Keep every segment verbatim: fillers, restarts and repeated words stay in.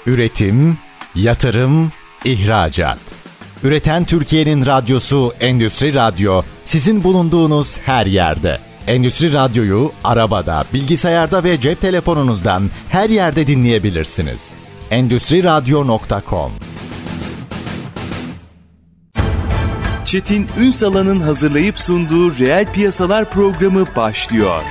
Üretim, yatırım, ihracat. Üreten Türkiye'nin radyosu Endüstri Radyo, sizin bulunduğunuz her yerde. Endüstri Radyo'yu arabada, bilgisayarda ve cep telefonunuzdan her yerde dinleyebilirsiniz. endüstri radyo nokta com. Çetin Ünsal'ın hazırlayıp sunduğu Reel Piyasalar programı başlıyor.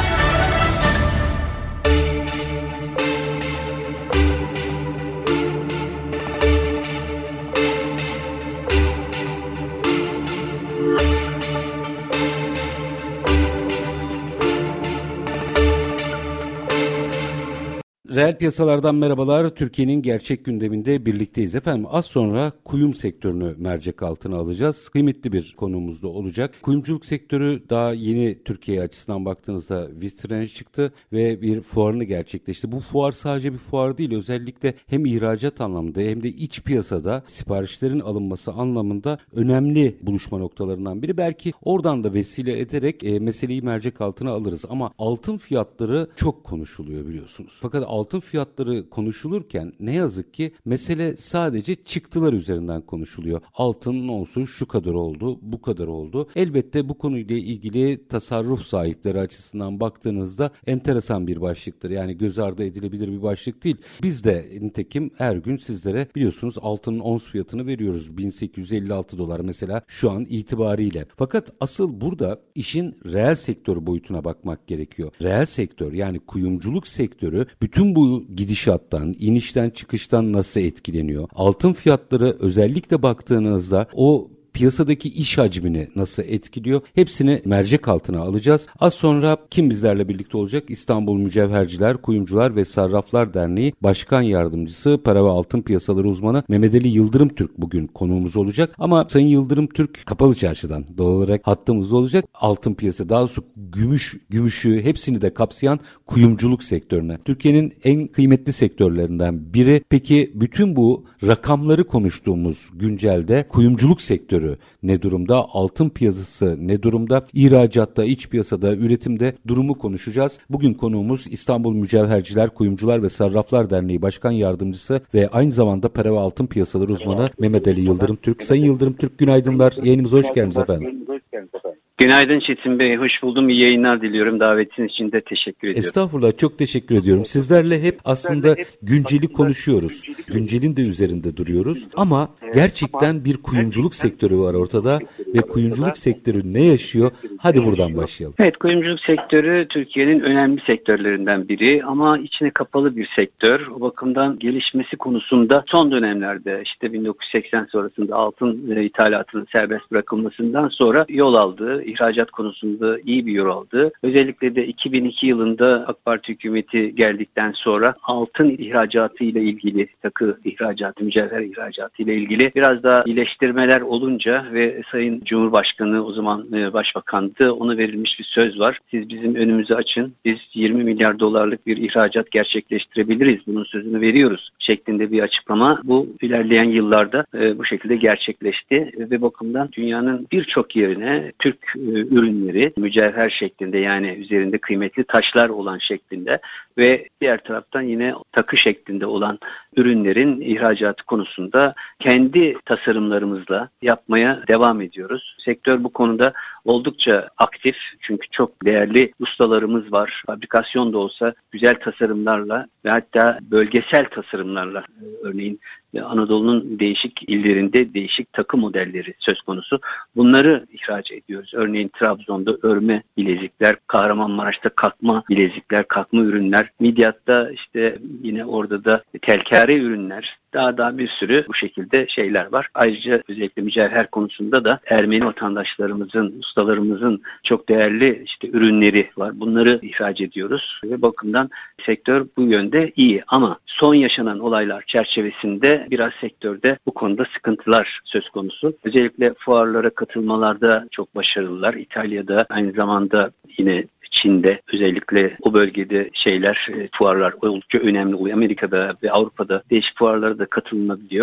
Reel piyasalardan merhabalar. Türkiye'nin gerçek gündeminde birlikteyiz efendim. Az sonra kuyum sektörünü mercek altına alacağız. Kıymetli bir konuğumuz da olacak. Kuyumculuk sektörü daha yeni Türkiye açısından baktığınızda vitrine çıktı ve bir fuarını gerçekleşti. Bu fuar sadece bir fuar değil. Özellikle hem ihracat anlamında hem de iç piyasada siparişlerin alınması anlamında önemli buluşma noktalarından biri. Belki oradan da vesile ederek e, meseleyi mercek altına alırız. Ama altın fiyatları çok konuşuluyor biliyorsunuz. Fakat altın Altın fiyatları konuşulurken ne yazık ki mesele sadece çıktılar üzerinden konuşuluyor. Altının onsu şu kadar oldu, bu kadar oldu. Elbette bu konuyla ilgili tasarruf sahipleri açısından baktığınızda enteresan bir başlıktır. Yani göz ardı edilebilir bir başlık değil. Biz de nitekim her gün sizlere biliyorsunuz altının ons fiyatını veriyoruz. bin sekiz yüz elli altı dolar mesela şu an itibariyle. Fakat asıl burada işin reel sektör boyutuna bakmak gerekiyor. Reel sektör yani kuyumculuk sektörü bütün bu gidişattan, inişten çıkıştan nasıl etkileniyor? Altın fiyatları özellikle baktığınızda o piyasadaki iş hacmini nasıl etkiliyor? Hepsini mercek altına alacağız. Az sonra kim bizlerle birlikte olacak? İstanbul Mücevherciler, Kuyumcular ve Sarraflar Derneği Başkan Yardımcısı, para ve altın piyasaları uzmanı Mehmet Ali Yıldırım Türk bugün konuğumuz olacak. Ama Sayın Yıldırım Türk kapalı çarşıdan doğal olarak hattımızda olacak. Altın piyasa, daha doğrusu gümüş, gümüşü hepsini de kapsayan kuyumculuk sektörüne. Türkiye'nin en kıymetli sektörlerinden biri. Peki bütün bu rakamları konuştuğumuz güncelde kuyumculuk sektörü ne durumda? Altın piyasası ne durumda? İhracatta, iç piyasada, üretimde durumu konuşacağız. Bugün konuğumuz İstanbul Mücevherciler, Kuyumcular ve Sarraflar Derneği Başkan Yardımcısı ve aynı zamanda para ve altın piyasaları uzmanı Mehmet Ali Yıldırım Türk. Sayın Yıldırım Türk, günaydınlar. Yayınımıza hoş geldiniz efendim. Günaydın Çetin Bey, hoş buldum. İyi yayınlar diliyorum. Davetiniz için de teşekkür ediyorum. Estağfurullah, çok teşekkür ediyorum. Sizlerle hep aslında günceli konuşuyoruz. Güncelin de üzerinde duruyoruz. Ama gerçekten bir kuyumculuk sektörü var ortada ve kuyumculuk sektörü ne yaşıyor? Hadi buradan başlayalım. Evet, kuyumculuk sektörü Türkiye'nin önemli sektörlerinden biri ama içine kapalı bir sektör. O bakımdan gelişmesi konusunda son dönemlerde işte bin dokuz yüz seksen sonrasında altın ithalatının serbest bırakılmasından sonra yol aldı. İhracat konusunda iyi bir yol aldı. Özellikle de iki bin iki yılında AK Parti hükümeti geldikten sonra altın ihracatı ile ilgili, takı ihracatı, mücevher ihracatı ile ilgili biraz daha iyileştirmeler olunca ve Sayın Cumhurbaşkanı o zaman Başbakan'dı, ona verilmiş bir söz var. Siz bizim önümüzü açın, biz yirmi milyar dolarlık bir ihracat gerçekleştirebiliriz, bunun sözünü veriyoruz şeklinde bir açıklama. Bu ilerleyen yıllarda bu şekilde gerçekleşti ve bakımdan dünyanın birçok yerine Türk ürünleri mücevher şeklinde, yani üzerinde kıymetli taşlar olan şeklinde ve diğer taraftan yine takı şeklinde olan ürünlerin ihracatı konusunda kendi tasarımlarımızla yapmaya devam ediyoruz. Sektör bu konuda oldukça aktif çünkü çok değerli ustalarımız var. Fabrikasyon da olsa güzel tasarımlarla ve hatta bölgesel tasarımlarla, örneğin Anadolu'nun değişik illerinde değişik takı modelleri söz konusu. Bunları ihraç ediyoruz. Örneğin Trabzon'da örme bilezikler, Kahramanmaraş'ta kalkma bilezikler, kalkma ürünler, Midyat'ta işte yine orada da telkare ürünler, daha daha bir sürü bu şekilde şeyler var. Ayrıca özellikle mücevher konusunda da Ermeni vatandaşlarımızın, ustalarımızın çok değerli işte ürünleri var. Bunları ihraç ediyoruz ve bakımdan sektör bu yönde iyi ama son yaşanan olaylar çerçevesinde biraz sektörde bu konuda sıkıntılar söz konusu. Özellikle fuarlara katılmalarda çok başarılılar. İtalya'da, aynı zamanda yine Çin'de, özellikle o bölgede şeyler, fuarlar oldukça önemli oluyor. Amerika'da ve Avrupa'da değişik fuarlara da katılınabiliyor.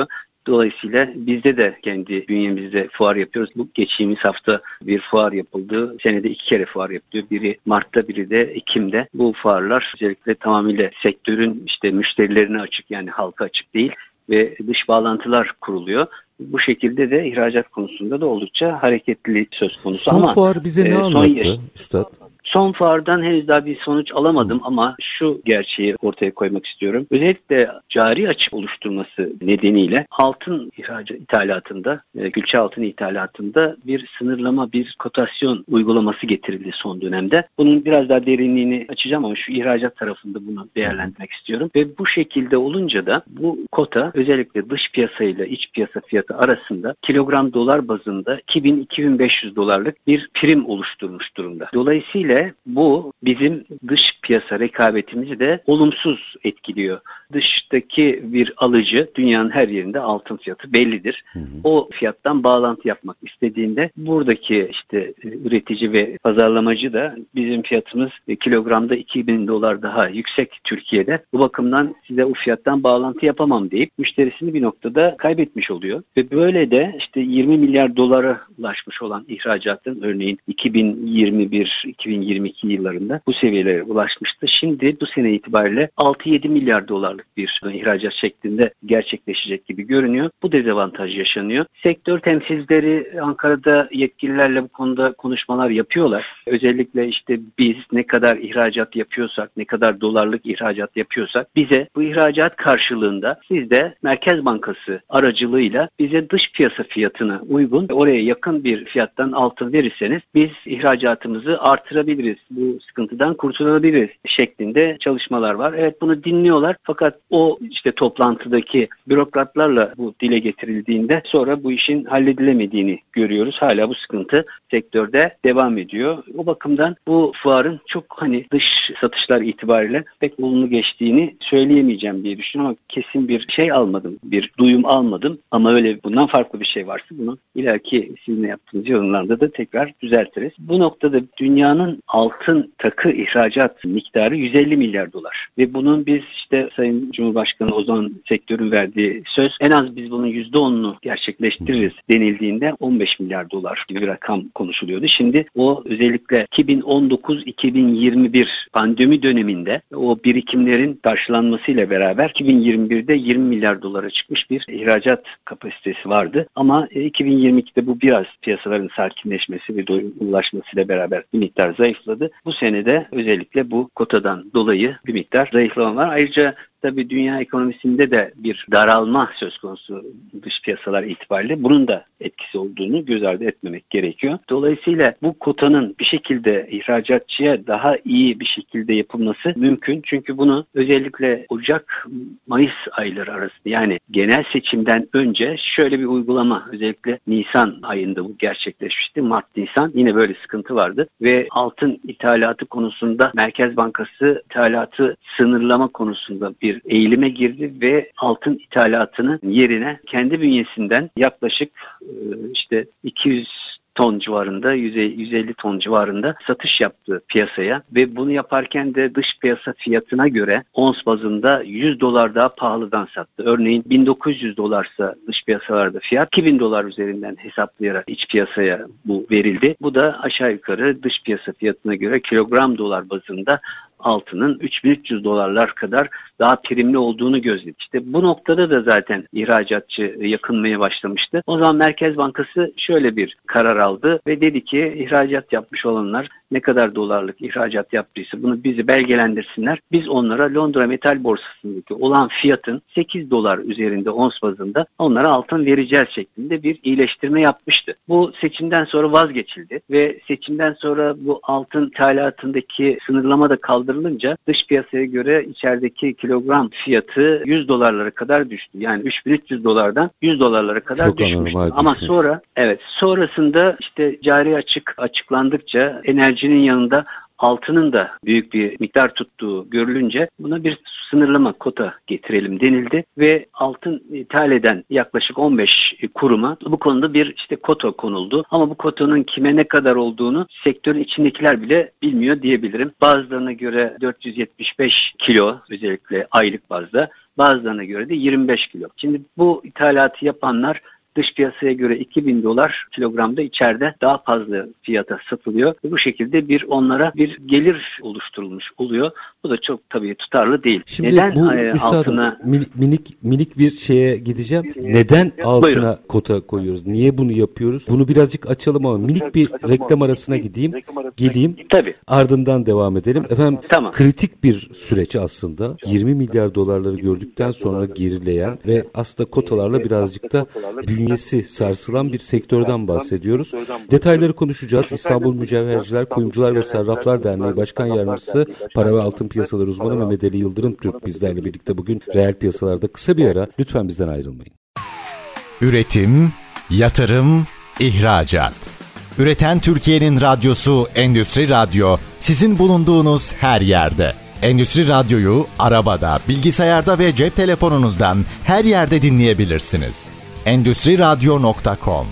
Dolayısıyla bizde de kendi bünyemizde fuar yapıyoruz. Bu geçtiğimiz hafta bir fuar yapıldı. Senede iki kere fuar yapılıyor. Biri Mart'ta, biri de Ekim'de. Bu fuarlar özellikle tamamıyla sektörün işte müşterilerine açık, yani halka açık değil ve dış bağlantılar kuruluyor. Bu şekilde de ihracat konusunda da oldukça hareketli söz konusu. Son ama fuar bize ne e, anlattı son, Üstad? Son fuardan henüz daha bir sonuç alamadım ama şu gerçeği ortaya koymak istiyorum. Özellikle cari açık oluşturması nedeniyle altın ihracat ithalatında, külçe altın ithalatında bir sınırlama, bir kotasyon uygulaması getirildi son dönemde. Bunun biraz daha derinliğini açacağım ama şu ihracat tarafında bunu değerlendirmek istiyorum. Ve bu şekilde olunca da bu kota özellikle dış piyasayla iç piyasa fiyatı arasında kilogram dolar bazında iki bin iki bin beş yüz dolarlık bir prim oluşturmuş durumda. Dolayısıyla bu bizim dış piyasa rekabetimizi de olumsuz etkiliyor. Dıştaki bir alıcı, dünyanın her yerinde altın fiyatı bellidir. Hı hı. O fiyattan bağlantı yapmak istediğinde buradaki işte üretici ve pazarlamacı da bizim fiyatımız kilogramda iki bin dolar daha yüksek Türkiye'de. Bu bakımdan size o fiyattan bağlantı yapamam deyip müşterisini bir noktada kaybetmiş oluyor. Ve böyle de işte yirmi milyar dolara ulaşmış olan ihracatın örneğin iki bin yirmi bir iki bin yirmi iki yıllarında bu seviyelere ulaşmıştı. Şimdi bu sene itibariyle altı yedi milyar dolarlık bir ihracat şeklinde gerçekleşecek gibi görünüyor. Bu dezavantaj yaşanıyor. Sektör temsilcileri Ankara'da yetkililerle bu konuda konuşmalar yapıyorlar. Özellikle işte biz ne kadar ihracat yapıyorsak, ne kadar dolarlık ihracat yapıyorsak bize bu ihracat karşılığında siz de Merkez Bankası aracılığıyla bize dış piyasa fiyatına uygun, oraya yakın bir fiyattan altın verirseniz biz ihracatımızı artırabiliriz. Bu sıkıntıdan kurtulabiliriz şeklinde çalışmalar var. Evet, bunu dinliyorlar fakat o işte toplantıdaki bürokratlarla bu dile getirildiğinde sonra bu işin halledilemediğini görüyoruz. Hala bu sıkıntı sektörde devam ediyor. O bakımdan bu fuarın çok hani dış satışlar itibariyle pek olumlu geçtiğini söyleyemeyeceğim diye düşünüyorum ama kesin bir şey almadım, bir duyum almadım ama öyle bundan farklı bir şey varsa bunu ileriki sizinle yaptığınız yorumlarda da tekrar düzeltiriz. Bu noktada dünyanın altın takı ihracat miktarı yüz elli milyar dolar ve bunun biz işte Sayın Cumhurbaşkanı o zaman sektörün verdiği söz en az biz bunun yüzde onunu gerçekleştiririz denildiğinde on beş milyar dolar gibi bir rakam konuşuluyordu. Şimdi o özellikle iki bin on dokuz iki bin yirmi bir pandemi döneminde o birikimlerin karşılanmasıyla beraber iki bin yirmi birde yirmi milyar dolara çıkmış bir ihracat kapasitesi vardı. Ama iki bin yirmi ikide bu biraz piyasaların sakinleşmesi ve doyumlaşmasıyla beraber bir miktar zayıfladı. Bu senede özellikle bu kotadan dolayı bir miktar zayıflama var. Ayrıca tabii dünya ekonomisinde de bir daralma söz konusu dış piyasalar itibariyle. Bunun da etkisi olduğunu göz ardı etmemek gerekiyor. Dolayısıyla bu kotanın bir şekilde ihracatçıya daha iyi bir şekilde yapılması mümkün. Çünkü bunu özellikle Ocak-Mayıs ayları arasında yani genel seçimden önce şöyle bir uygulama özellikle Nisan ayında bu gerçekleşmişti. Mart-Nisan yine böyle sıkıntı vardı ve altın ithalatı konusunda Merkez Bankası ithalatı sınırlama konusunda bir eğilime girdi ve altın ithalatını yerine kendi bünyesinden yaklaşık işte iki yüz ton civarında, yüz elli ton civarında satış yaptı piyasaya ve bunu yaparken de dış piyasa fiyatına göre ons bazında yüz dolar daha pahalıdan sattı. Örneğin bin dokuz yüz dolarsa dış piyasalarda fiyat iki bin dolar üzerinden hesaplayarak iç piyasaya bu verildi. Bu da aşağı yukarı dış piyasa fiyatına göre kilogram dolar bazında altının üç bin üç yüz dolarlar kadar daha primli olduğunu gözledik. İşte bu noktada da zaten ihracatçı yakınmaya başlamıştı. O zaman Merkez Bankası şöyle bir karar aldı ve dedi ki ihracat yapmış olanlar ne kadar dolarlık ihracat yaptıysa bunu bizi belgelendirsinler. Biz onlara Londra Metal Borsası'ndaki olan fiyatın sekiz dolar üzerinde ons bazında onlara altın vereceğiz şeklinde bir iyileştirme yapmıştı. Bu seçimden sonra vazgeçildi ve seçimden sonra bu altın ithalatındaki sınırlama da kaldırılınca dış piyasaya göre içerideki kilogram fiyatı yüz dolarlara kadar düştü. Yani üç bin üç yüz dolardan yüz dolarlara kadar Çok düşmüştü. Ama sonra evet sonrasında işte cari açık açıklandıkça enerjinin yanında altının da büyük bir miktar tuttuğu görülünce buna bir sınırlama kota getirelim denildi ve altın ithal eden yaklaşık on beş kuruma bu konuda bir işte kota konuldu. Ama bu kotanın kime ne kadar olduğunu sektörün içindekiler bile bilmiyor diyebilirim. Bazılarına göre dört yüz yetmiş beş kilo özellikle aylık bazda, bazılarına göre de yirmi beş kilo. Şimdi bu ithalatı yapanlar dış piyasaya göre iki bin dolar kilogramda içeride daha fazla fiyata satılıyor. Bu şekilde bir onlara bir gelir oluşturulmuş oluyor. Bu da çok tabii tutarlı değil. Şimdi neden bu e, üstadım altına... minik, minik minik bir şeye gideceğim. Neden altına Buyurun. kota koyuyoruz? Niye bunu yapıyoruz? Bunu birazcık açalım ama minik bir reklam arasına gideyim. Geleyim. Tabii. Ardından devam edelim. Efendim Tamam. kritik bir süreç aslında. yirmi milyar dolarları gördükten sonra gerileyen ve aslında kotalarla birazcık da bünyesi sarsılan bir sektörden bahsediyoruz. Detayları konuşacağız. İstanbul Mücevherciler, Kuyumcular ve Sarraflar Derneği Başkan Yardımcısı, Para ve Altın Piyasaları Uzmanı Mehmet Ali Yıldırım Türk bizlerle birlikte bugün reel piyasalarda. Kısa bir ara, lütfen bizden ayrılmayın. Üretim, yatırım, ihracat. Üreten Türkiye'nin radyosu Endüstri Radyo, sizin bulunduğunuz her yerde. Endüstri Radyo'yu arabada, bilgisayarda ve cep telefonunuzdan her yerde dinleyebilirsiniz. endüstri radyo nokta com.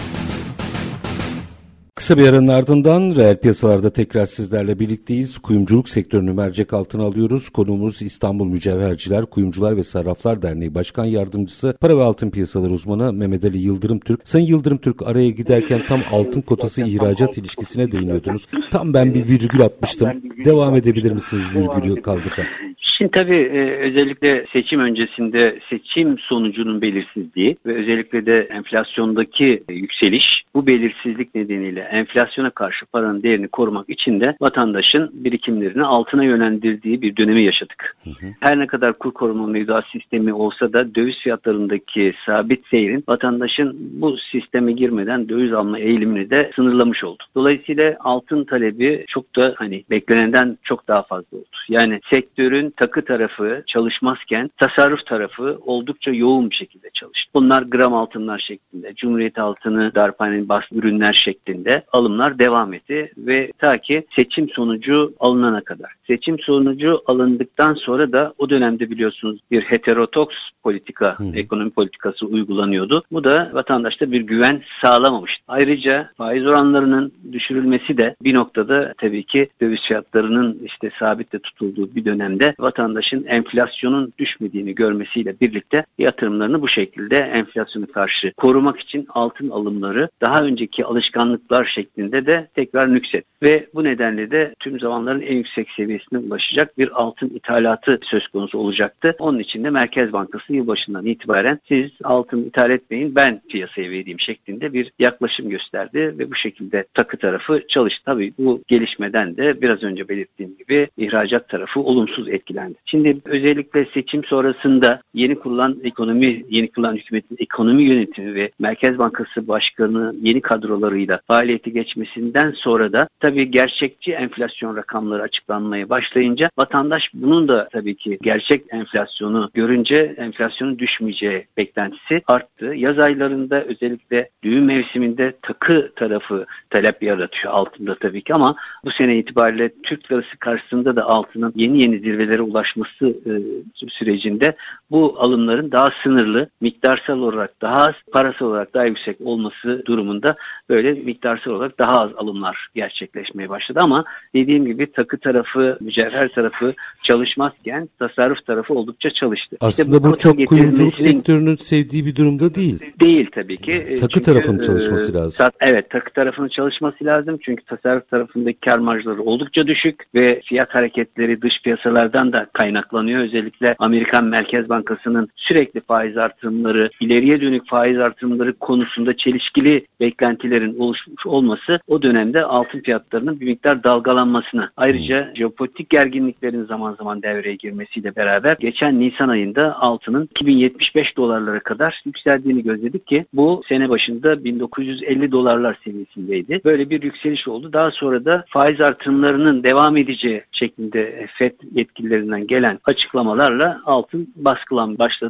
Kısa bir aranın ardından reel piyasalarda tekrar sizlerle birlikteyiz. Kuyumculuk sektörünü mercek altına alıyoruz. Konuğumuz İstanbul Mücevherciler, Kuyumcular ve Sarraflar Derneği Başkan Yardımcısı, Para ve Altın Piyasaları Uzmanı Mehmet Ali Yıldırım Türk. Sayın Yıldırım Türk, araya giderken tam altın kotası ihracat ilişkisine değiniyordunuz. Tam ben bir virgül atmıştım. Devam edebilir misiniz virgülü kaldırsam? Şimdi tabii e, özellikle seçim öncesinde seçim sonucunun belirsizliği ve özellikle de enflasyondaki e, yükseliş, bu belirsizlik nedeniyle enflasyona karşı paranın değerini korumak için de vatandaşın birikimlerini altına yönlendirdiği bir dönemi yaşadık. Hı hı. Her ne kadar kur koruma mevduat sistemi olsa da döviz fiyatlarındaki sabit seyrin vatandaşın bu sisteme girmeden döviz alma eğilimini de sınırlamış oldu. Dolayısıyla altın talebi çok da hani beklenenden çok daha fazla oldu. Yani sektörün takı tarafı çalışmazken tasarruf tarafı oldukça yoğun bir şekilde çalıştı. Bunlar gram altınlar şeklinde, Cumhuriyet altını, darphanenin bas ürünler şeklinde alımlar devam etti ve ta ki seçim sonucu alınana kadar. Seçim sonucu alındıktan sonra da o dönemde biliyorsunuz bir heterotoks politika, hmm. ekonomi politikası uygulanıyordu. Bu da vatandaşta bir güven sağlamamıştı. Ayrıca faiz oranlarının düşürülmesi de bir noktada tabii ki döviz fiyatlarının işte sabitle tutulduğu bir dönemde vatandaşın enflasyonun düşmediğini görmesiyle birlikte yatırımlarını bu şekilde enflasyona karşı korumak için altın alımları daha önceki alışkanlıklar şeklinde de tekrar nüksetti. Ve bu nedenle de tüm zamanların en yüksek seviyesine ulaşacak bir altın ithalatı söz konusu olacaktı. Onun için de Merkez Bankası yılbaşından itibaren siz altın ithal etmeyin, ben piyasaya vereyim şeklinde bir yaklaşım gösterdi ve bu şekilde takı tarafı çalıştı. Tabii bu gelişmeden de biraz önce belirttiğim gibi ihracat tarafı olumsuz etkilendi. Şimdi özellikle seçim sonrasında yeni kurulan ekonomi, yeni kurulan hükümetin ekonomi yönetimi ve Merkez Bankası Başkanı yeni kadrolarıyla faaliyete geçmesinden sonra da tabii gerçekçi enflasyon rakamları açıklanmaya başlayınca vatandaş bunun da tabii ki gerçek enflasyonu görünce enflasyonun düşmeyeceği beklentisi arttı. Yaz aylarında özellikle düğün mevsiminde takı tarafı talep yaratıyor altında tabii ki ama bu sene itibariyle Türk lirası karşısında da altının yeni yeni zirvelere ulaşması e, sürecinde bu alımların daha sınırlı, miktarsal olarak daha az, parasal olarak daha yüksek olması durumunda böyle miktarsal olarak daha az alımlar gerçekleşmeye başladı ama dediğim gibi takı tarafı, mücevher tarafı çalışmazken tasarruf tarafı oldukça çalıştı. Aslında işte bu, bu çok kuyumculuk sektörünün sevdiği bir durumda değil. Değil tabii ki. Takı çünkü, tarafının çalışması e, lazım. Evet, takı tarafının çalışması lazım çünkü tasarruf tarafındaki kar marjları oldukça düşük ve fiyat hareketleri dış piyasalardan da kaynaklanıyor. Özellikle Amerikan Merkez Bankası'nın sürekli faiz artırımları, ileriye dönük faiz artırımları konusunda çelişkili beklentilerin oluşmuş olması o dönemde altın fiyatlarının bir miktar dalgalanmasına, ayrıca hmm. jeopolitik gerginliklerin zaman zaman devreye girmesiyle beraber geçen Nisan ayında altının iki bin yetmiş beş dolarlara kadar yükseldiğini gözledik ki bu sene başında bin dokuz yüz elli dolarlar seviyesindeydi. Böyle bir yükseliş oldu. Daha sonra da faiz artırımlarının devam edeceği şeklinde F E D yetkililerinden gelen açıklamalarla altın baskılan başladı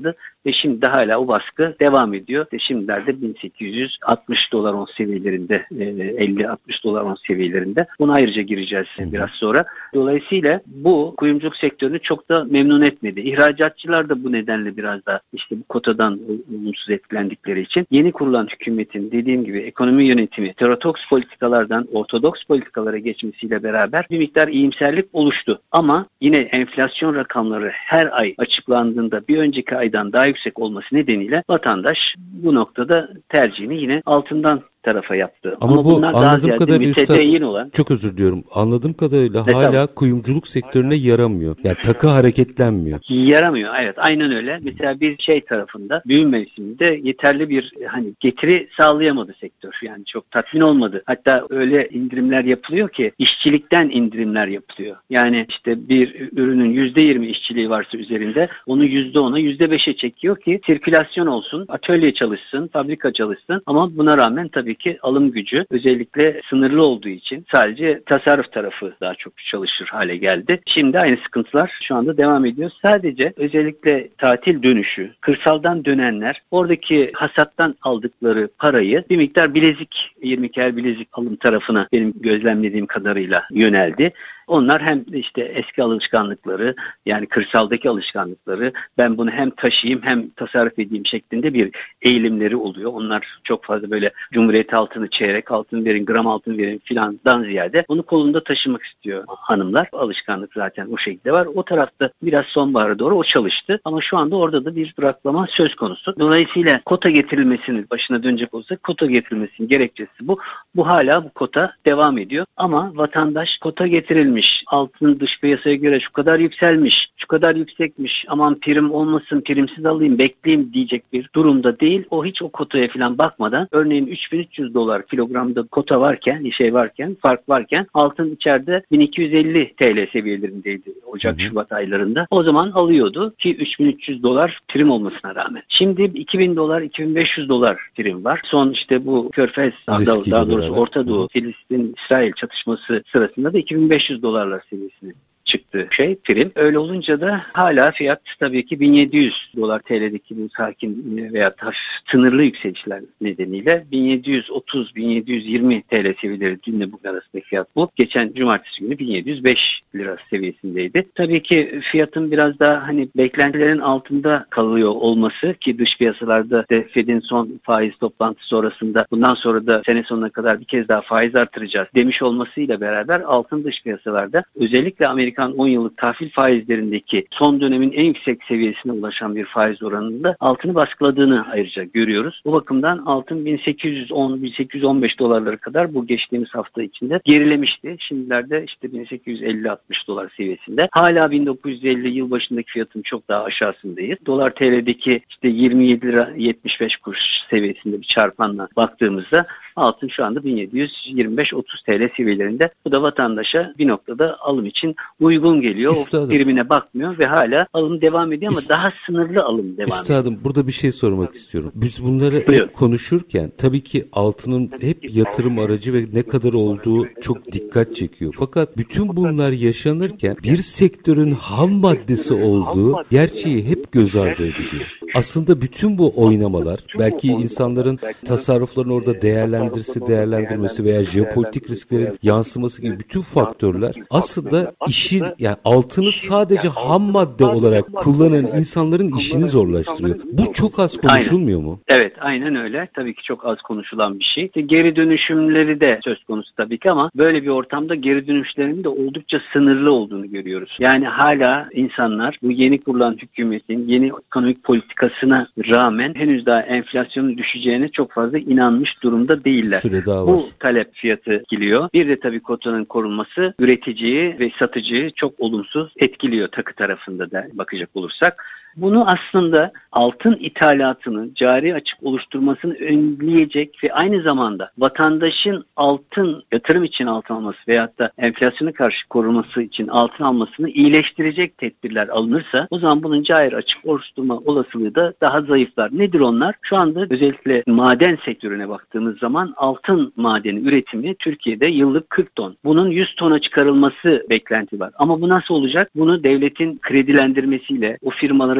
ve şimdi de hala o baskı devam ediyor. Ve şimdilerde bin sekiz yüz altmış dolar ons seviyelerinde, elli altmış dolar ons seviyelerinde. Buna ayrıca gireceğiz biraz sonra. Dolayısıyla bu kuyumculuk sektörünü çok da memnun etmedi. İhracatçılar da bu nedenle biraz da işte bu kotadan olumsuz etkilendikleri için yeni kurulan hükümetin dediğim gibi ekonomi yönetimi heterodoks politikalardan ortodoks politikalara geçmesiyle beraber bir miktar iyimserlik oluştu. Ama yine enflasyon rakamları her ay açıklandığında bir önceki aydan daha yüksek olması nedeniyle vatandaş bu noktada tercihini yine altından tarafa yaptı. Ama, Ama bu anladığım kadarıyla üstad, olan. Çok özür diliyorum. Anladığım kadarıyla ne hala tamam. kuyumculuk sektörüne yaramıyor. Yani takı hareketlenmiyor. Yaramıyor. Evet, aynen öyle. Mesela bir şey tarafında büyüm mevsiminde yeterli bir hani getiri sağlayamadı sektör. Yani çok tatmin olmadı. Hatta öyle indirimler yapılıyor ki işçilikten indirimler yapılıyor. Yani işte bir ürünün yüzde yirmi işçiliği varsa üzerinde onu yüzde ona yüzde beşe çekiyor ki sirkülasyon olsun, atölye çalışsın, fabrika çalışsın ama buna rağmen tabii ki alım gücü özellikle sınırlı olduğu için sadece tasarruf tarafı daha çok çalışır hale geldi. Şimdi aynı sıkıntılar şu anda devam ediyor. Sadece özellikle tatil dönüşü, kırsaldan dönenler oradaki hasattan aldıkları parayı bir miktar bilezik, yirmi kere bilezik alım tarafına benim gözlemlediğim kadarıyla yöneldi. Onlar hem işte eski alışkanlıkları yani kırsaldaki alışkanlıkları ben bunu hem taşıyayım hem tasarruf edeyim şeklinde bir eğilimleri oluyor. Onlar çok fazla böyle cumhuriyet altını, çeyrek altın verin, gram altın verin filandan ziyade bunu kolunda taşımak istiyor hanımlar. Alışkanlık zaten o şekilde var. O tarafta biraz sonbahara doğru o çalıştı ama şu anda orada da bir duraklama söz konusu. Dolayısıyla kota getirilmesinin başına dönecek olsak kota getirilmesinin gerekçesi bu. Bu hala bu kota devam ediyor ama vatandaş kota getirilmesi altın dış piyasaya göre şu kadar yükselmiş, şu kadar yüksekmiş, aman prim olmasın, primsiz alayım, bekleyeyim diyecek bir durumda değil. O hiç o kotaya falan bakmadan, örneğin üç bin üç yüz dolar kilogramda kota varken, şey varken, fark varken altın içeride bin iki yüz elli TL seviyelerindeydi Ocak-Şubat aylarında. O zaman alıyordu ki üç bin üç yüz dolar prim olmasına rağmen. Şimdi iki bin dolar, iki bin beş yüz dolar prim var. Son işte bu Körfez, daha doğrusu beraber. Orta Doğu, Filistin-İsrail çatışması sırasında da iki bin beş yüz dolarlar seviyesine çıktı şey prim. Öyle olunca da hala fiyat tabii ki bin yedi yüz dolar T L'deki bu sakin veya hafif sınırlı yükselişler nedeniyle bin yedi yüz otuz bin yedi yüz yirmi T L seviyeleri dünle bugün arasındaki fiyat bu. Geçen cumartesi günü bin yedi yüz beş lira seviyesindeydi. Tabii ki fiyatın biraz daha hani beklentilerin altında kalıyor olması ki dış piyasalarda de Fed'in son faiz toplantısı sonrasında bundan sonra da sene sonuna kadar bir kez daha faiz artıracağız demiş olmasıyla beraber altın dış piyasalarda özellikle Amerika on yıllık tahvil faizlerindeki son dönemin en yüksek seviyesine ulaşan bir faiz oranında altını baskıladığını ayrıca görüyoruz. Bu bakımdan altın bin sekiz yüz on bin sekiz yüz on beş dolarlara kadar bu geçtiğimiz hafta içinde gerilemişti. Şimdilerde işte bin sekiz yüz elli altmış dolar seviyesinde. Hala bin dokuz yüz elli yılbaşındaki fiyatın çok daha aşağısındayız. Dolar T L'deki işte yirmi yedi lira yetmiş beş kuruş seviyesinde bir çarpanla baktığımızda altın şu anda bin yedi yüz yirmi beş otuz T L seviyelerinde. Bu da vatandaşa bir noktada alım için uygun geliyor. Üstadım. O primine bakmıyor ve hala alım devam ediyor ama Üst... daha sınırlı alım devam ediyor. Üstadım burada bir şey sormak istiyorum. Biz bunları Buyur. hep konuşurken tabii ki altının hep yatırım aracı ve ne kadar olduğu çok dikkat çekiyor. Fakat bütün bunlar yaşanırken bir sektörün ham maddesi olduğu gerçeği hep göz ardı ediliyor. Aslında bütün bu oynamalar belki insanların tasarruflarını orada değerlendirse değerlendirmesi veya jeopolitik risklerin yansıması gibi bütün faktörler aslında işin yani altını sadece ham madde olarak kullanan insanların işini zorlaştırıyor. Bu çok az konuşulmuyor aynen. mu? Evet, aynen öyle. Tabii ki çok az konuşulan bir şey. Geri dönüşümleri de söz konusu tabii ki ama böyle bir ortamda geri dönüşlerin de oldukça sınırlı olduğunu görüyoruz. Yani hala insanlar bu yeni kurulan hükümetin yeni ekonomik politikasına rağmen henüz daha enflasyonun düşeceğine çok fazla inanmış durumda değiller. Bu talep fiyatı etkiliyor. Bir de tabii kotanın korunması üreticiyi ve satıcıyı çok olumsuz etkiliyor takı tarafında da bakacak olursak. Bunu aslında altın ithalatını, cari açık oluşturmasını önleyecek ve aynı zamanda vatandaşın altın, yatırım için altın alması veyahut da enflasyona karşı korunması için altın almasını iyileştirecek tedbirler alınırsa o zaman bunun cari açık oluşturma olasılığı da daha zayıflar. Nedir onlar? Şu anda özellikle maden sektörüne baktığımız zaman altın madeni üretimi Türkiye'de yıllık kırk ton. Bunun yüz tona çıkarılması beklenti var. Ama bu nasıl olacak? Bunu devletin kredilendirmesiyle, o firmalara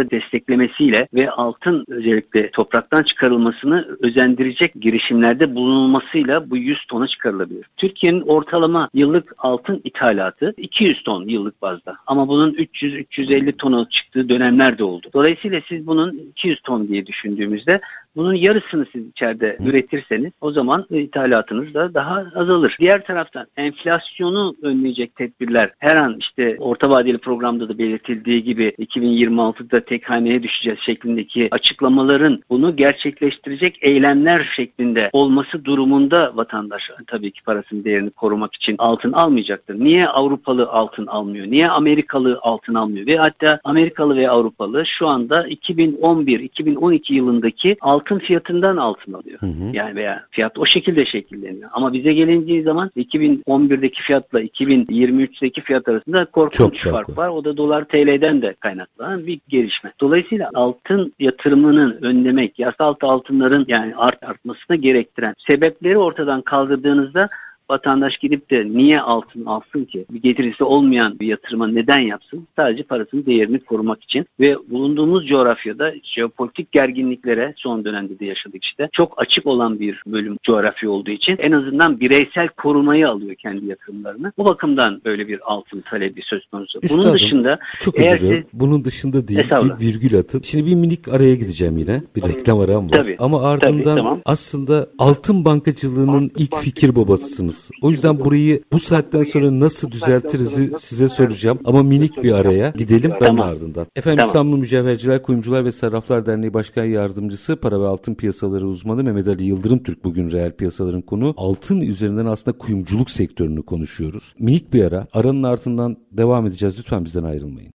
yatırımları desteklemesiyle ve altın özellikle topraktan çıkarılmasını özendirecek girişimlerde bulunulmasıyla bu yüz tona çıkarılabilir. Türkiye'nin ortalama yıllık altın ithalatı iki yüz ton yıllık bazda. Ama bunun üç yüz üç yüz elli tonu çıktığı dönemler de oldu. Dolayısıyla siz bunun iki yüz ton diye düşündüğümüzde bunun yarısını siz içeride üretirseniz o zaman ithalatınız da daha azalır. Diğer taraftan enflasyonu önleyecek tedbirler her an işte orta vadeli programda da belirtildiği gibi iki bin yirmi altıda tek haneye düşeceğiz şeklindeki açıklamaların bunu gerçekleştirecek eylemler şeklinde olması durumunda vatandaş tabii ki parasının değerini korumak için altın almayacaktır. Niye Avrupalı altın almıyor? Niye Amerikalı altın almıyor? Ve hatta Amerikalı ve Avrupalı şu anda iki bin on bir iki bin on iki yılındaki altın altın fiyatından altın alıyor. Hı hı. Yani veya fiyat o şekilde şekilleniyor. Ama bize gelindiği zaman iki bin on birdeki fiyatla iki bin yirmi üçteki fiyat arasında korkunç fark var. O da dolar T L'den de kaynaklanan bir gelişme. Dolayısıyla altın yatırımının önlemek, yasal altınların yani art artmasına gerektiren sebepleri ortadan kaldırdığınızda vatandaş gidip de niye altın alsın ki? Bir getirisi olmayan bir yatırıma neden yapsın? Sadece parasının değerini korumak için ve bulunduğumuz coğrafyada jeopolitik gerginliklere son dönemde de yaşadık işte. Çok açık olan bir bölüm coğrafya olduğu için en azından bireysel korumayı alıyor kendi yatırımlarını. Bu bakımdan böyle bir altın talebi söz konusu. Üstadım, bunun dışında çok özür dilerim. Bunun dışında değil. Bir virgül atın. Şimdi bir minik araya gideceğim yine. Bir reklam aram var. Tabii, Ama ardından tabii, tamam. aslında altın bankacılığının ilk fikir babasısınız. O yüzden burayı bu saatten sonra nasıl düzeltiriz size soracağım. Ama minik bir araya gidelim ben tamam. ardından. Efendim tamam. İstanbul Mücevherciler, Kuyumcular ve Sarraflar Derneği Başkan Yardımcısı, para ve altın piyasaları uzmanı Mehmet Ali Yıldırım Türk bugün reel piyasaların konu. Altın üzerinden aslında kuyumculuk sektörünü konuşuyoruz. Minik bir ara. Aranın ardından devam edeceğiz. Lütfen bizden ayrılmayın.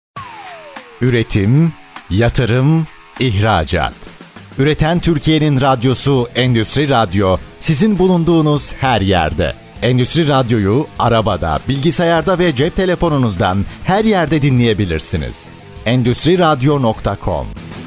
Üretim, yatırım, ihracat. Üreten Türkiye'nin radyosu Endüstri Radyo, sizin bulunduğunuz her yerde. Endüstri Radyo'yu arabada, bilgisayarda ve cep telefonunuzdan her yerde dinleyebilirsiniz. endüstri radyo nokta com.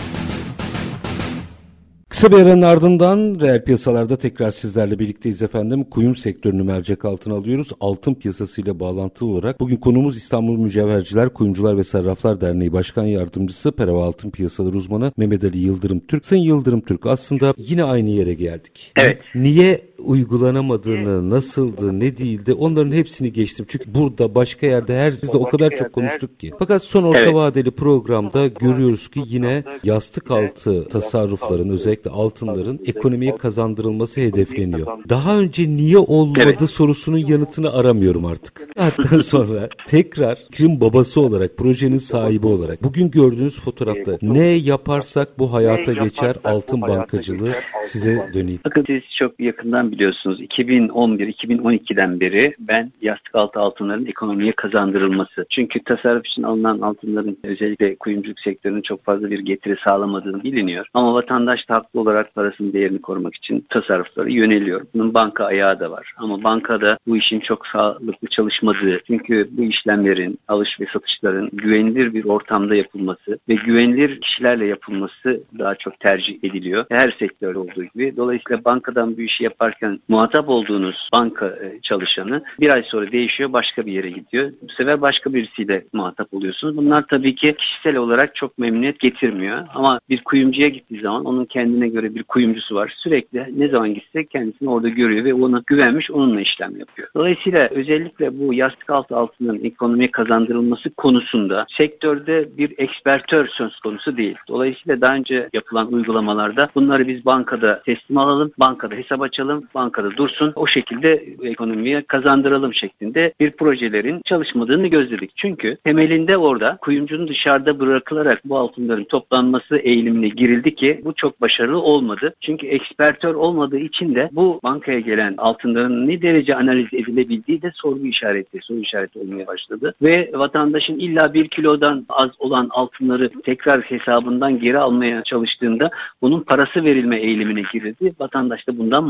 Kısa bir aranın ardından reel piyasalarda tekrar sizlerle birlikteyiz efendim. Kuyum sektörünü mercek altına alıyoruz. Altın piyasasıyla bağlantılı olarak bugün konuğumuz İstanbul Mücevherciler, Kuyumcular ve Sarraflar Derneği Başkan Yardımcısı, para ve altın piyasaları uzmanı Mehmet Ali Yıldırım Türk. Sayın Yıldırım Türk, aslında yine aynı yere geldik. Evet. Niye uygulanamadığını, nasıldı, ne değildi, onların hepsini geçtim. Çünkü burada, başka yerde, her sizde o kadar çok konuştuk ki. Fakat son orta evet. vadeli programda görüyoruz ki yine yastık altı tasarrufların, özellikle altınların ekonomiye kazandırılması hedefleniyor. Daha önce niye olmadı evet. sorusunun yanıtını aramıyorum artık. Hatta sonra tekrar fikrin babası olarak, projenin sahibi olarak bugün gördüğünüz fotoğrafta ne yaparsak bu hayata geçer altın bankacılığı, size döneyim. Bakın siz çok yakından biliyorsunuz iki bin on bir iki bin on ikiden beri ben yastık altı altınların ekonomiye kazandırılması. Çünkü tasarruf için alınan altınların özellikle kuyumculuk sektörünün çok fazla bir getiri sağlamadığını biliniyor. Ama vatandaş da haklı olarak parasının değerini korumak için tasarruflara yöneliyor. Bunun banka ayağı da var. Ama bankada bu işin çok sağlıklı çalışmadığı, çünkü bu işlemlerin, alış ve satışların güvenilir bir ortamda yapılması ve güvenilir kişilerle yapılması daha çok tercih ediliyor. Her sektörde olduğu gibi. Dolayısıyla bankadan bu işi yaparken muhatap olduğunuz banka çalışanı bir ay sonra değişiyor, başka bir yere gidiyor. Bu sefer başka birisiyle muhatap oluyorsunuz. Bunlar tabii ki kişisel olarak çok memnuniyet getirmiyor. Ama bir kuyumcuya gittiği zaman onun kendine göre bir kuyumcusu var. Sürekli ne zaman gitse kendisini orada görüyor ve ona güvenmiş, onunla işlem yapıyor. Dolayısıyla özellikle bu yastık altı altının ekonomiye kazandırılması konusunda sektörde bir ekspertör söz konusu değil. Dolayısıyla daha önce yapılan uygulamalarda bunları biz bankada teslim alalım, bankada hesap açalım, bankada dursun, o şekilde ekonomiye kazandıralım şeklinde bir projelerin çalışmadığını gözledik. Çünkü temelinde orada kuyumcunun dışarıda bırakılarak bu altınların toplanması eğilimine girildi ki bu çok başarılı olmadı. Çünkü ekspertör olmadığı için de bu bankaya gelen altınların ne derece analiz edilebildiği de soru işareti, soru işareti olmaya başladı. Ve vatandaşın illa bir kilodan az olan altınları tekrar hesabından geri almaya çalıştığında bunun parası verilme eğilimine girildi. Vatandaş da bundan mağdur oldu.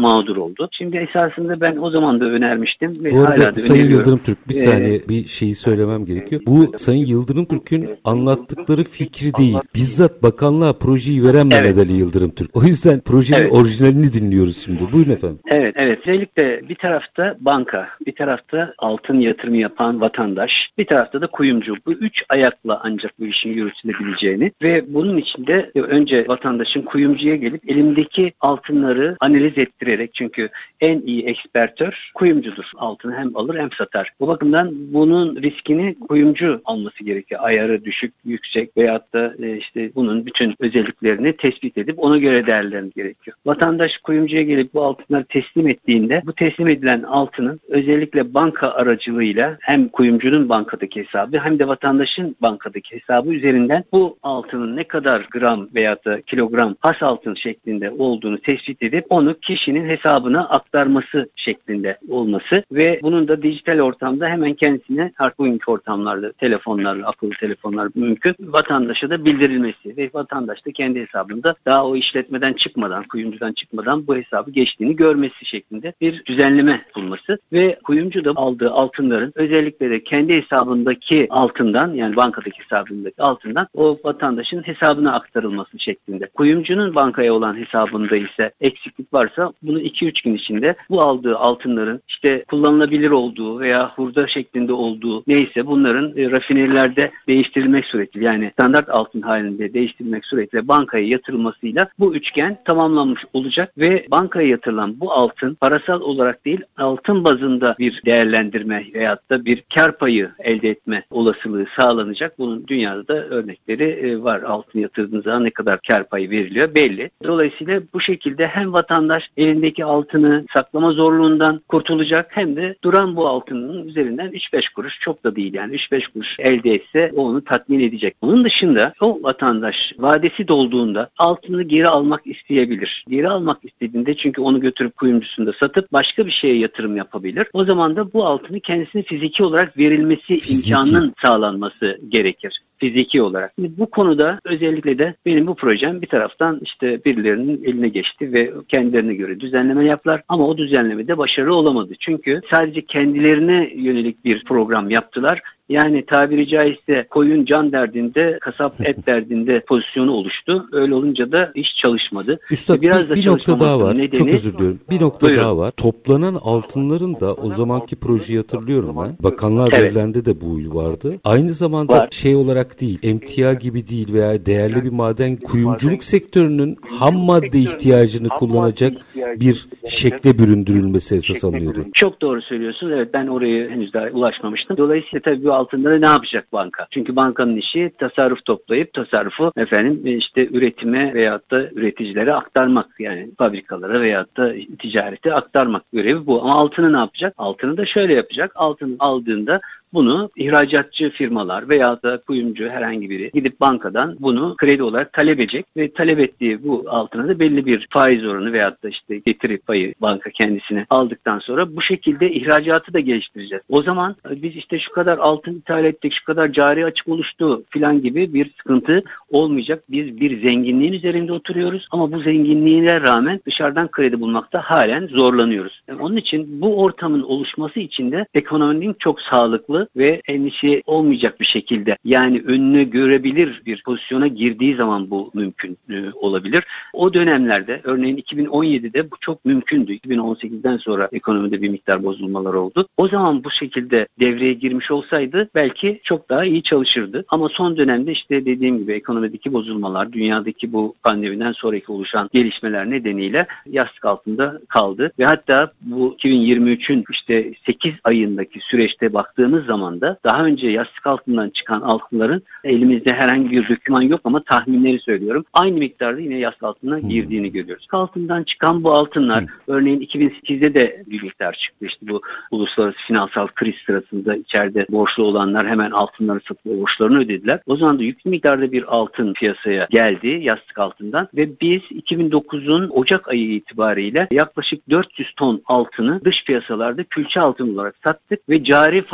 oldu. Şimdi esasında ben o zaman da önermiştim ve Bu arada hala da Sayın öneriyorum. Yıldırım Türk bir saniye ee, bir şeyi söylemem gerekiyor. Bu Sayın Yıldırım Türk'ün anlattıkları fikri değil. Bizzat bakanlığa projeyi veren Mehmet evet. Ali Yıldırım Türk. O yüzden projenin evet. orijinalini dinliyoruz şimdi. Buyurun efendim. Evet, evet. Özellikle bir tarafta banka, bir tarafta altın yatırımı yapan vatandaş, bir tarafta da kuyumcu. Bu üç ayakla ancak bu işin yürütülebileceğini ve bunun içinde önce vatandaşın kuyumcuya gelip elimdeki altınları analiz ettirerek, çünkü en iyi ekspertör kuyumcudur. Altını hem alır hem satar. Bu bakımdan bunun riskini kuyumcu alması gerekiyor. Ayarı düşük, yüksek veyahut da işte bunun bütün özelliklerini tespit edip ona göre değerlendirmek gerekiyor. Vatandaş kuyumcuya gelip bu altınları teslim ettiğinde bu teslim edilen altının özellikle banka aracılığıyla hem kuyumcunun bankadaki hesabı hem de vatandaşın bankadaki hesabı üzerinden bu altının ne kadar gram veyahut da kilogram has altın şeklinde olduğunu tespit edip onu kişinin hesabına aktarması şeklinde olması ve bunun da dijital ortamda hemen kendisine artık bugünkü ortamlarda telefonlarla, akıllı telefonlar mümkün, vatandaşa da bildirilmesi ve vatandaş da kendi hesabında daha o işletmeden çıkmadan, kuyumcudan çıkmadan bu hesabı geçtiğini görmesi şeklinde bir düzenleme bulması ve kuyumcu da aldığı altınların özellikle de kendi hesabındaki altından, yani bankadaki hesabındaki altından o vatandaşın hesabına aktarılması şeklinde. Kuyumcunun bankaya olan hesabında ise eksiklik varsa bunu iki üç gün içinde bu aldığı altınların işte kullanılabilir olduğu veya hurda şeklinde olduğu neyse bunların e, rafinerilerde değiştirilmek suretiyle, yani standart altın halinde değiştirilmek suretiyle bankaya yatırılmasıyla bu üçgen tamamlanmış olacak ve bankaya yatırılan bu altın parasal olarak değil altın bazında bir değerlendirme veyahut da bir kar payı elde etme olasılığı sağlanacak. Bunun dünyada da örnekleri e, var. Altın yatırdığınız zaman ne kadar kar payı veriliyor belli. Dolayısıyla bu şekilde hem vatandaş elindeki altını saklama zorluğundan kurtulacak hem de duran bu altının üzerinden üç beş kuruş, çok da değil yani üç beş kuruş elde etse o onu tatmin edecek. Bunun dışında o vatandaş vadesi dolduğunda altını geri almak isteyebilir. Geri almak istediğinde çünkü onu götürüp kuyumcusunda satıp başka bir şeye yatırım yapabilir. O zaman da bu altını kendisine fiziki olarak verilmesi fiziki. imkanının sağlanması gerekir. Fiziki olarak. Şimdi bu konuda özellikle de benim bu projem bir taraftan işte birilerinin eline geçti ve kendilerine göre düzenleme yaptılar ama o düzenlemede başarılı olamadı. Çünkü sadece kendilerine yönelik bir program yaptılar. Yani tabiri caizse koyun can derdinde, kasap et derdinde pozisyonu oluştu. Öyle olunca da iş çalışmadı. Üstad Biraz bir, da bir nokta daha var. Nedeni... Çok özür diliyorum. Bir nokta Buyurun. daha var. Toplanan altınların da o zamanki projeyi hatırlıyorum ben. Bakanlar evet. Birliği'nde de bu vardı. Aynı zamanda var. şey olarak değil, emtia gibi değil veya değerli bir maden, kuyumculuk sektörünün ham madde ihtiyacını kullanacak bir şekle büründürülmesi esas alınıyordu. Çok doğru söylüyorsun. Evet, ben oraya henüz daha ulaşmamıştım. Dolayısıyla tabii bu altınları ne yapacak banka? Çünkü bankanın işi tasarruf toplayıp tasarrufu efendim işte üretime veyahut da üreticilere aktarmak, yani fabrikalara veyahut da ticarete aktarmak görevi bu. Ama altını ne yapacak? Altını da şöyle yapacak. Altını aldığında bunu ihracatçı firmalar veya da kuyumcu herhangi biri gidip bankadan bunu kredi olarak talep edecek ve talep ettiği bu altına da belli bir faiz oranı veyahut da işte getiri payı banka kendisine aldıktan sonra bu şekilde ihracatı da geliştireceğiz. O zaman biz işte şu kadar altın ithal ettik, şu kadar cari açık oluştu filan gibi bir sıkıntı olmayacak. Biz bir zenginliğin üzerinde oturuyoruz ama bu zenginliğine rağmen dışarıdan kredi bulmakta halen zorlanıyoruz. Yani onun için bu ortamın oluşması için de ekonominin çok sağlıklı ve endişe olmayacak bir şekilde, yani önünü görebilir bir pozisyona girdiği zaman bu mümkün e, olabilir. O dönemlerde örneğin iki bin on yedide bu çok mümkündü. iki bin on sekizden sonra ekonomide bir miktar bozulmalar oldu. O zaman bu şekilde devreye girmiş olsaydı belki çok daha iyi çalışırdı. Ama son dönemde işte dediğim gibi ekonomideki bozulmalar, dünyadaki bu pandemiden sonraki oluşan gelişmeler nedeniyle yastık altında kaldı. Ve hatta bu iki bin yirmi üçün işte sekiz ayındaki süreçte baktığımız zaman da daha önce yastık altından çıkan altınların elimizde herhangi bir doküman yok ama tahminleri söylüyorum. Aynı miktarda yine yastık altına girdiğini hmm. görüyoruz. Altından çıkan bu altınlar hmm. örneğin iki bin sekizde de bir miktar çıktı. İşte bu uluslararası finansal kriz sırasında içeride borçlu olanlar hemen altınları satıp borçlarını ödediler. O zaman da yüklü miktarda bir altın piyasaya geldi yastık altından ve biz iki bin dokuzun Ocak ayı itibariyle yaklaşık dört yüz ton altını dış piyasalarda külçe altın olarak sattık ve cari fazla oluştu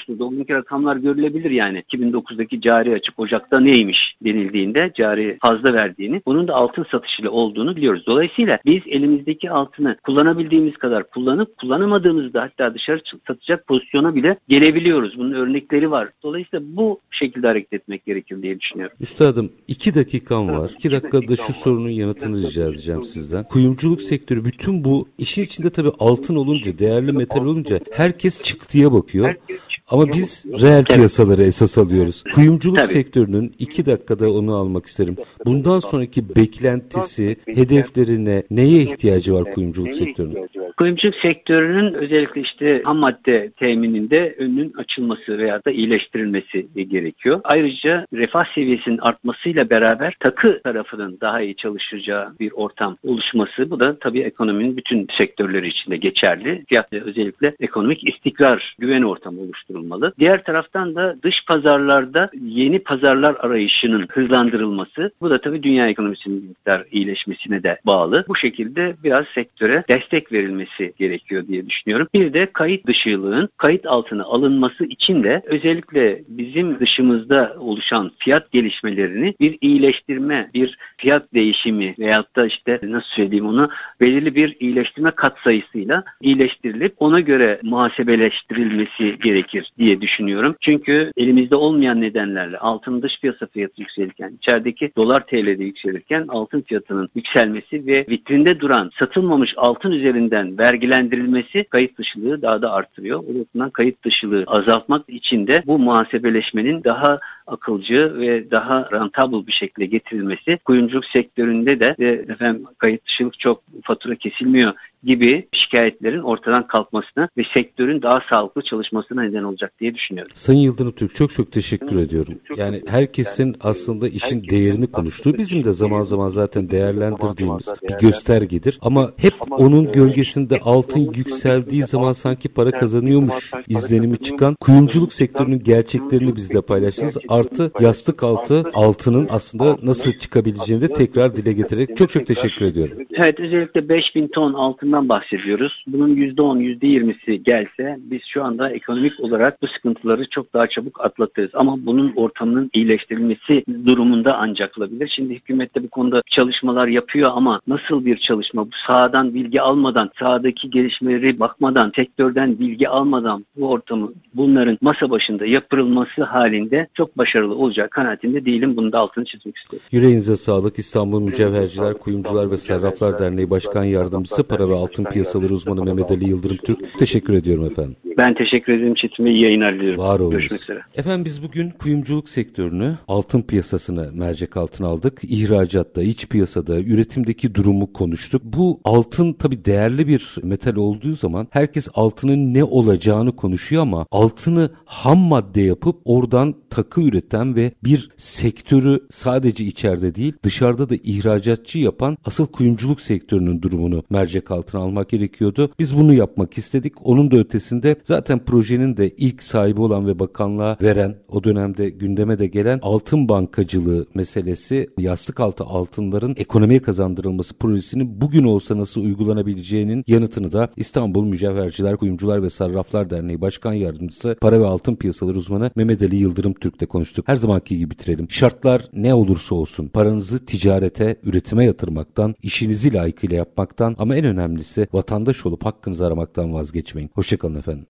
oluşturdu. O günkü rakamlar görülebilir yani. iki bin dokuzdaki cari açık Ocak'ta neymiş denildiğinde cari fazla verdiğini, bunun da altın satışıyla olduğunu biliyoruz. Dolayısıyla biz elimizdeki altını kullanabildiğimiz kadar kullanıp kullanamadığımızda hatta dışarı satacak pozisyona bile gelebiliyoruz. Bunun örnekleri var. Dolayısıyla bu şekilde hareket etmek gerekir diye düşünüyorum. Üstadım iki dakikam var. iki dakikada şu sorunun yanıtını rica edeceğim sizden. Kuyumculuk sektörü bütün bu işin içinde tabii altın olunca, değerli metal olunca herkes çıktıya bakıyor. Ama biz reel piyasaları esas alıyoruz. Kuyumculuk Tabii. sektörünün iki dakikada onu almak isterim. Bundan sonraki beklentisi, hedeflerine, neye ihtiyacı var kuyumculuk sektörünün? Kuyumculuk sektörünün özellikle işte ham madde temininde önünün açılması veya da iyileştirilmesi gerekiyor. Ayrıca refah seviyesinin artmasıyla beraber takı tarafının daha iyi çalışacağı bir ortam oluşması. Bu da tabii ekonominin bütün sektörleri içinde geçerli. Fiyat ve özellikle ekonomik istikrar, güven ortamı oluşturulmalı. Diğer taraftan da dış pazarlarda yeni pazarlar arayışının hızlandırılması. Bu da tabii dünya ekonomisinin miktar iyileşmesine de bağlı. Bu şekilde biraz sektöre destek verilmesi gerekiyor diye düşünüyorum. Bir de kayıt dışılığın kayıt altına alınması için de özellikle bizim dışımızda oluşan fiyat gelişmelerini bir iyileştirme, bir fiyat değişimi veyahut da işte nasıl söyleyeyim onu belirli bir iyileştirme katsayısıyla iyileştirilip ona göre muhasebeleştirilmesi gerekir diye düşünüyorum. Çünkü elimizde olmayan nedenlerle altın dış piyasa fiyatı yükselirken, içerideki dolar T L'de yükselirken altın fiyatının yükselmesi ve vitrinde duran satılmamış altın üzerinden vergilendirilmesi kayıt dışılığı daha da artırıyor. O yüzden kayıt dışılığı azaltmak için de bu muhasebeleşmenin daha akılcı ve daha rentable bir şekilde getirilmesi, kuyumculuk sektöründe de e, efendim kayıt dışılık çok fatura kesilmiyor gibi şikayetlerin ortadan kalkmasına ve sektörün daha sağlıklı çalışmasına neden olacak diye düşünüyorum. Sayın Yıldırım Türk çok çok teşekkür ediyorum. Yani herkesin aslında işin değerini konuştuğu, bizim de zaman zaman zaten değerlendirdiğimiz bir göstergedir. Ama hep onun gölgesinde altın yükseldiği zaman sanki para kazanıyormuş izlenimi çıkan kuyumculuk sektörünün gerçeklerini bizle paylaştınız. Artı yastık altı altının aslında nasıl çıkabileceğini de tekrar dile getirerek çok çok teşekkür ediyorum. Evet, özellikle beş bin ton altından bahsediyoruz. Bunun yüzde on, yüzde yirmisi gelse biz şu anda ekonomik olarak bu sıkıntıları çok daha çabuk atlatırız. Ama bunun ortamının iyileştirilmesi durumunda ancak olabilir. Şimdi hükümet de bu konuda çalışmalar yapıyor ama nasıl bir çalışma? Bu sahadan bilgi almadan, sahadaki gelişmeleri bakmadan, sektörden bilgi almadan bu ortamı bunların masa başında yapılması halinde çok başarılı olacak kanaatinde değilim. Bunu da altını çizmek istiyorum. Yüreğinize sağlık. İstanbul Mücevherciler, Kuyumcular ve Sarraflar Derneği Başkan Yardımcısı, Para ve Altın Piyasaları Uzmanı Mehmet Ali Yıldırım Türk. Teşekkür ediyorum efendim. Ben teşekkür ederim Çetin Bey. İyi yayınlar diliyorum. Var olunuz. Görüşmek üzere. Efendim biz bugün kuyumculuk sektörünü, altın piyasasını mercek altına aldık. İhracatta, iç piyasada, üretimdeki durumu konuştuk. Bu altın tabii değerli bir metal olduğu zaman herkes altının ne olacağını konuşuyor ama altını ham madde yapıp oradan takı üreten ve bir sektörü sadece içeride değil dışarıda da ihracatçı yapan asıl kuyumculuk sektörünün durumunu mercek altına almak gerekiyordu. Biz bunu yapmak istedik. Onun da ötesinde zaten projenin de ilk sahibi olan ve bakanlığa veren, o dönemde gündeme de gelen altın bankacılığı meselesi, yastık altı altınların ekonomiye kazandırılması projesinin bugün olsa nasıl uygulanabileceğinin yanıtını da İstanbul Mücevherciler, Kuyumcular ve Sarraflar Derneği Başkan Yardımcısı, Para ve Altın Piyasaları Uzmanı Mehmet Ali Yıldırım Türk'le konuştuk. Her zamanki gibi bitirelim. Şartlar ne olursa olsun paranızı ticarete, üretime yatırmaktan, işinizi layıkıyla yapmaktan ama en önemlisi vatandaş olup hakkınızı aramaktan vazgeçmeyin. Hoşçakalın efendim.